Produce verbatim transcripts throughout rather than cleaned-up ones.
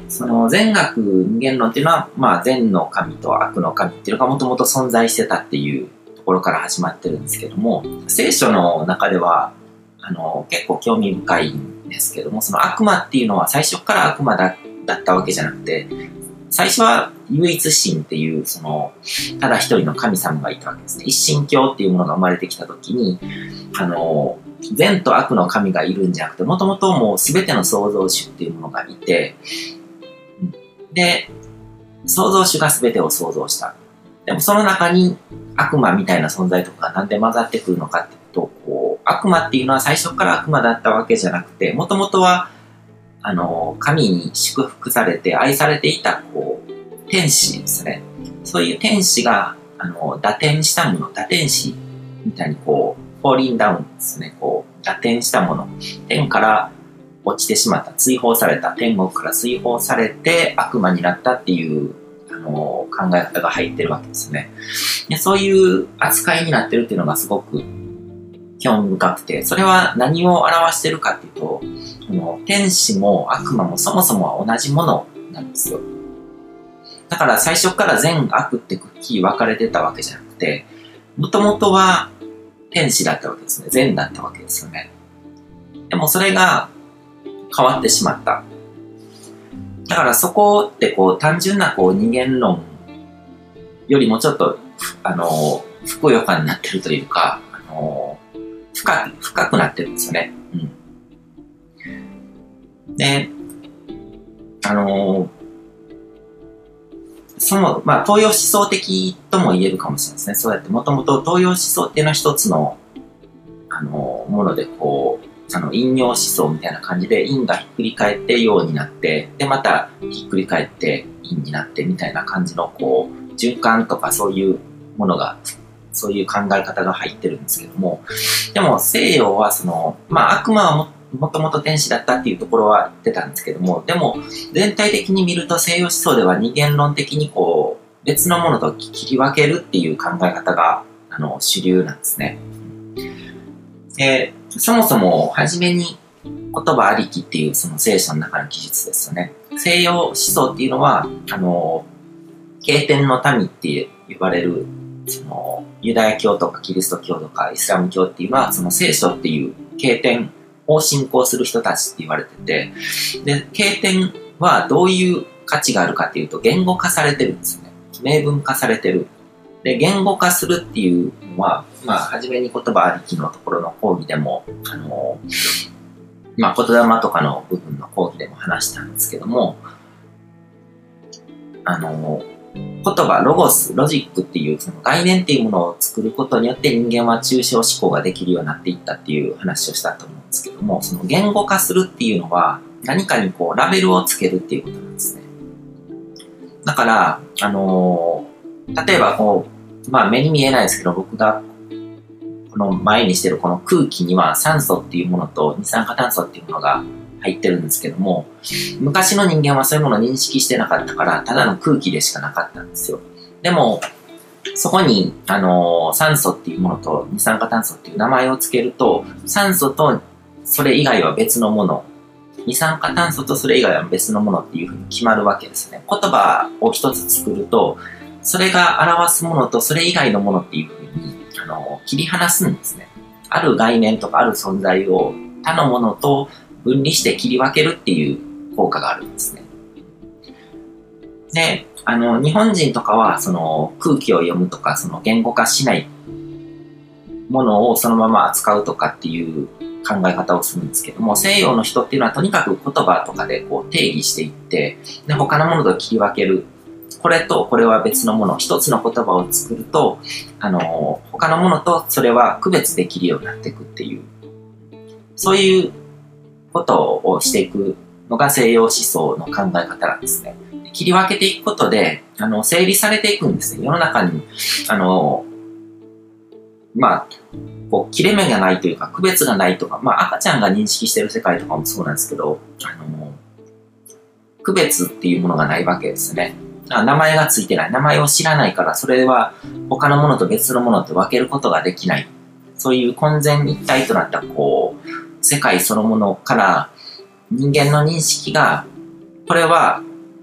その善悪二元論っていうのは、まあ、善の神と悪の神っていうのがもともと存在してたっていうところから始まってるんですけども、聖書の中ではあの結構興味深いんですけども、その悪魔っていうのは最初から悪魔だだったわけじゃなくて、最初は唯一神っていうそのただ一人の神様がいたわけですね。一神教っていうものが生まれてきた時に、あの善と悪の神がいるんじゃなくて、もともともう全ての創造主っていうものがいて、で創造主が全てを創造した。でもその中に悪魔みたいな存在とかがなんで混ざってくるのかっていうと、こう悪魔っていうのは最初から悪魔だったわけじゃなくて、もともとはあの神に祝福されて愛されていたこう天使ですね。そういう天使があの打点したもの、打天使みたいにこうフォーリンダウンですね。こう打点したもの、天から落ちてしまった、追放された、天国から追放されて悪魔になったっていうあの考え方が入ってるわけですね。でそういう扱いになってるっていうのがすごく興味深くて、それは何を表してるかっていうと、この天使も悪魔もそもそもは同じものなんですよ。だから最初から善悪ってくっきり分かれてたわけじゃなくて、もともとは天使だったわけですね。善だったわけですよね。でもそれが変わってしまった。だからそこってこう単純なこう二元論よりもちょっとあのふくよかになってるというか、あの深く、深くなってるんですよね。うん。で、あのー、その、まあ、東洋思想的とも言えるかもしれないですね。そうやって、もともと東洋思想っていうのは一つの、あのー、もので、こう、その陰陽思想みたいな感じで、陰がひっくり返って陽になって、で、またひっくり返って陰になってみたいな感じの、こう、循環とかそういうものが、そういう考え方が入ってるんですけども、でも西洋はその、まあ悪魔は も, もともと天使だったっていうところは言ってたんですけども、でも全体的に見ると西洋思想では二元論的にこう別のものと切り分けるっていう考え方があの主流なんですね。で、そもそも初めに言葉ありきっていうその聖書の中の記述ですよね。西洋思想っていうのはあの経典の民って呼ばれるそのユダヤ教とかキリスト教とかイスラム教っていうのはその聖書っていう経典を信仰する人たちって言われてて、で経典はどういう価値があるかっていうと言語化されてるんですよね。明文化されてる。で言語化するっていうのは、まあ初めに言葉ありきのところの講義でもあのまあ言霊とかの部分の講義でも話したんですけども、あの言葉、ロゴス、ロジックっていうその概念っていうものを作ることによって人間は抽象思考ができるようになっていったっていう話をしたと思うんですけども、その言語化するっていうのは何かにこうラベルをつけるっていうことなんですね。だから、あのー、例えばこう、まあ目に見えないですけど、僕がこの前にしてるこの空気には酸素っていうものと二酸化炭素っていうものが入ってるんですけども、昔の人間はそういうものを認識してなかったから、ただの空気でしかなかったんですよ。でも、そこに、あのー、酸素っていうものと二酸化炭素っていう名前をつけると、酸素とそれ以外は別のもの、二酸化炭素とそれ以外は別のものっていうふうに決まるわけですね。言葉を一つ作ると、それが表すものとそれ以外のものっていうふうに、あのー、切り離すんですね。ある概念とかある存在を他のものと分離して切り分けるっていう効果があるんですね。で、あの、日本人とかは、その空気を読むとか、その言語化しないものをそのまま扱うとかっていう考え方をするんですけども、西洋の人っていうのはとにかく言葉とかでこう定義していって、で、他のものと切り分ける。これとこれは別のもの、一つの言葉を作ると、あの、他のものとそれは区別できるようになっていくっていう、そういうことをしていくのが西洋思想の考え方なんですね。切り分けていくことで、あの、整理されていくんですね。世の中に、あの、まあ、こう、切れ目がないというか、区別がないとか、まあ、赤ちゃんが認識している世界とかもそうなんですけど、あの、区別っていうものがないわけですね。名前がついてない。名前を知らないから、それは他のものと別のものと分けることができない。そういう混然一体となった、こう、世界そのものから人間の認識が、これは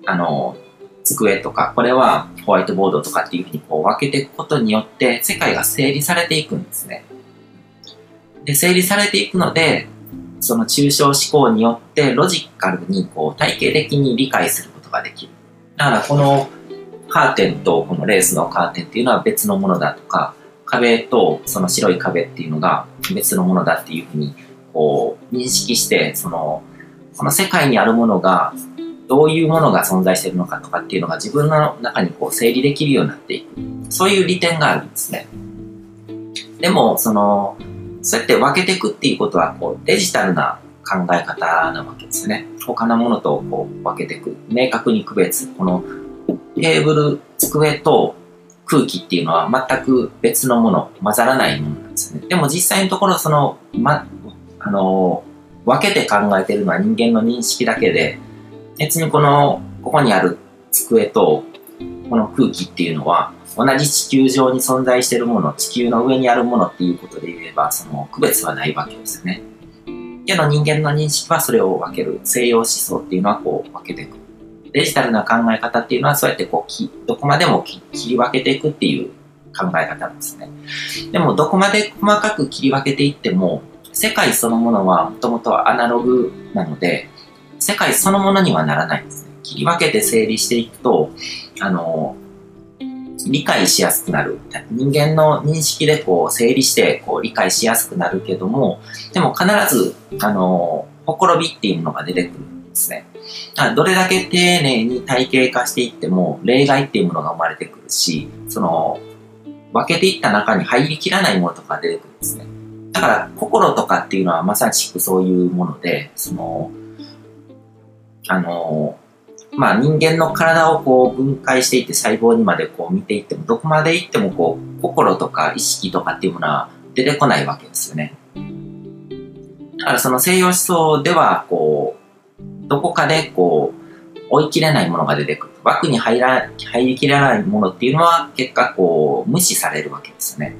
あの、机とか、これはホワイトボードとかっていうふうにこう分けていくことによって、世界が整理されていくんですね。で、整理されていくので、その抽象思考によってロジカルにこう体系的に理解することができる。だからこのカーテンとこのレースのカーテンっていうのは別のものだとか、壁とその白い壁っていうのが別のものだっていうふうにこう認識して、その、この世界にあるものがどういうものが存在しているのかとかっていうのが自分の中にこう整理できるようになっていく。そういう利点があるんですね。でも、その、そうやって分けていくっていうことはこうデジタルな考え方なわけですね。他のものとこう分けていく。明確に区別。このテーブル、机と空気っていうのは全く別のもの、混ざらないものなんですよね。でも実際のところ、その、ま、あの、分けて考えているのは人間の認識だけで、別にこの、ここにある机とこの空気っていうのは、同じ地球上に存在しているもの、地球の上にあるものっていうことで言えば、その区別はないわけですよね。けど人間の認識はそれを分ける。西洋思想っていうのはこう分けていく。デジタルな考え方っていうのはそうやってこうきどこまでも切り分けていくっていう考え方なんですね。でもどこまで細かく切り分けていっても、世界そのものはもともとアナログなので、世界そのものにはならないんですね。切り分けて整理していくと、あの、理解しやすくなる。人間の認識でこう整理してこう理解しやすくなるけども、でも必ず、あの、ほころびっていうものが出てくるんですね。どれだけ丁寧に体系化していっても、例外っていうものが生まれてくるし、その、分けていった中に入りきらないものとか出てくるんですね。だから、心とかっていうのはまさしくそういうもので、その、あの、まあ人間の体をこう分解していって細胞にまでこう見ていっても、どこまでいってもこう、心とか意識とかっていうものは出てこないわけですよね。だからその西洋思想では、こう、どこかでこう、追い切れないものが出てくる。枠に入ら、入りきらないものっていうのは結果こう、無視されるわけですよね。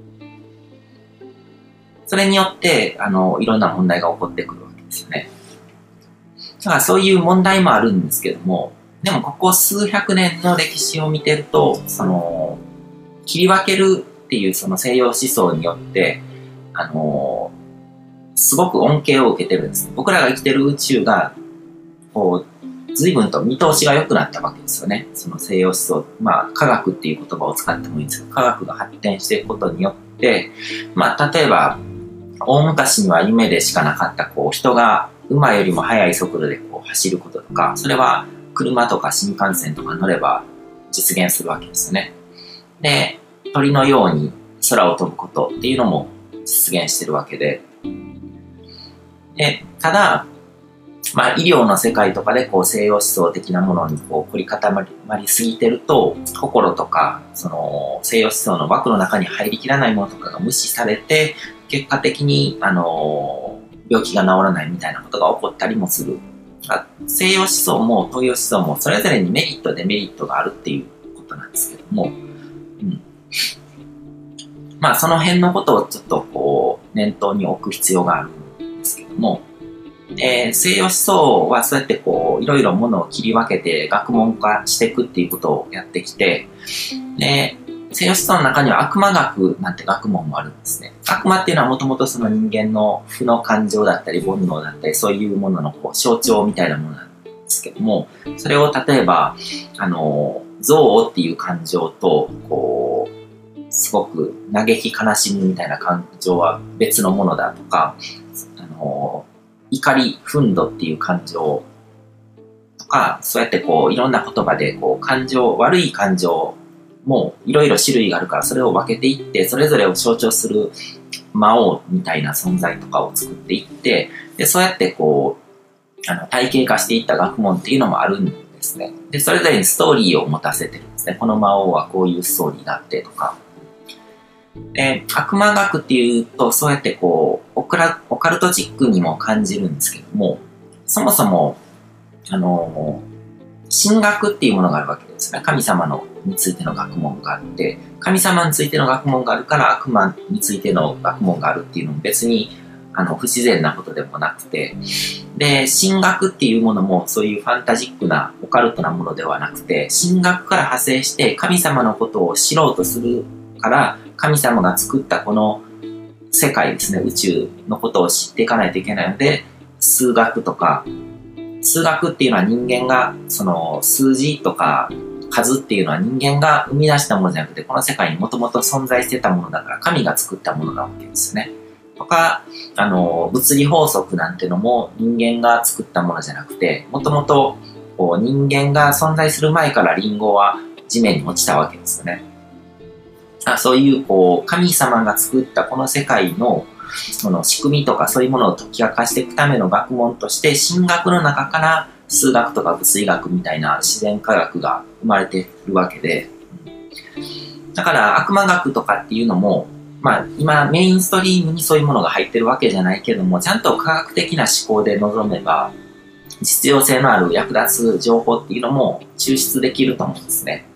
それによって、あの、いろんな問題が起こってくるわけですよね。だからそういう問題もあるんですけども、でもここ数百年の歴史を見てると、その、切り分けるっていうその西洋思想によって、あの、すごく恩恵を受けてるんです。僕らが生きてる宇宙が、こう、随分と見通しが良くなったわけですよね。その西洋思想、まあ、科学っていう言葉を使ってもいいんですけど、科学が発展していくことによって、まあ、例えば、大昔には夢でしかなかった、こう、人が馬よりも速い速度でこう走ることとか、それは車とか新幹線とか乗れば実現するわけですよね。で、鳥のように空を飛ぶことっていうのも実現してるわけで、で、ただ、まあ医療の世界とかでこう西洋思想的なものにこう凝り固まりすぎてると、心とかその西洋思想の枠の中に入りきらないものとかが無視されて、結果的にあの病気が治らないみたいなことが起こったりもする。西洋思想も東洋思想もそれぞれにメリットデメリットがあるっていうことなんですけども、うん、まあその辺のことをちょっとこう念頭に置く必要があるんですけども、えー、西洋思想はそうやってこういろいろものを切り分けて学問化していくっていうことをやってきて、で西洋思想の中には悪魔学なんて学問もあるんですね。悪魔っていうのはもともとその人間の負の感情だったり煩悩だったりそういうもののこう象徴みたいなものなんですけども、それを例えばあの憎悪っていう感情とこうすごく嘆き悲しみみたいな感情は別のものだとか、あの怒り憤怒っていう感情とか、そうやってこういろんな言葉でこう感情悪い感情もういろいろ種類があるから、それを分けていって、それぞれを象徴する魔王みたいな存在とかを作っていって、で、そうやってこう、あの、体系化していった学問っていうのもあるんですね。で、それぞれにストーリーを持たせてるんですね。この魔王はこういうストーリーがあってとか。で、悪魔学っていうと、そうやってこう、オクラ、オカルトチックにも感じるんですけども、そもそも、あの、神学っていうものがあるわけですね。神様のについての学問があって、神様についての学問があるから悪魔についての学問があるっていうのも別にあの不自然なことでもなくて、 で、神学っていうものもそういうファンタジックなオカルトなものではなくて、神学から派生して神様のことを知ろうとするから、神様が作ったこの世界ですね、宇宙のことを知っていかないといけないので、数学とか、数学っていうのは人間が、その数字とか数っていうのは人間が生み出したものじゃなくて、この世界にもともと存在してたものだから、神が作ったものなわけですよね。とか、あの、物理法則なんてのも人間が作ったものじゃなくて、もともと人間が存在する前からリンゴは地面に落ちたわけですよね。あ、そういう、こう、神様が作ったこの世界の、その仕組みとかそういうものを解き明かしていくための学問として、神学の中から数学とか物理学みたいな自然科学が生まれているわけで、だから悪魔学とかっていうのも、まあ今メインストリームにそういうものが入ってるわけじゃないけども、ちゃんと科学的な思考で臨めば、実用性のある役立つ情報っていうのも抽出できると思うんですね。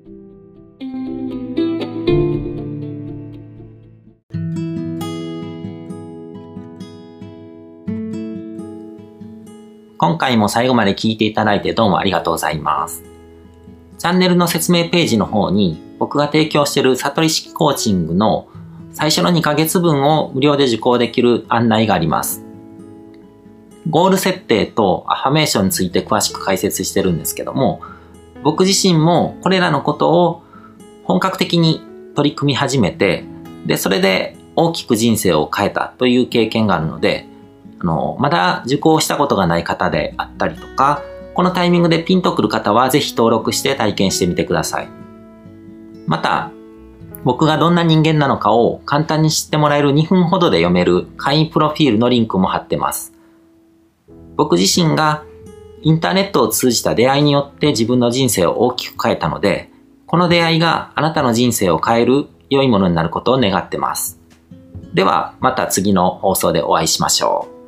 今回も最後まで聞いていただいてどうもありがとうございます。チャンネルの説明ページの方に僕が提供している悟り式コーチングの最初のにかげつぶんを無料で受講できる案内があります。ゴール設定とアファメーションについて詳しく解説してるんですけども、僕自身もこれらのことを本格的に取り組み始めて、で、それで大きく人生を変えたという経験があるので、あの、まだ受講したことがない方であったりとか、このタイミングでピンとくる方はぜひ登録して体験してみてください。また、僕がどんな人間なのかを簡単に知ってもらえるにふんほどで読める会員プロフィールのリンクも貼ってます。僕自身がインターネットを通じた出会いによって自分の人生を大きく変えたので、この出会いがあなたの人生を変える良いものになることを願ってます。では、また次の放送でお会いしましょう。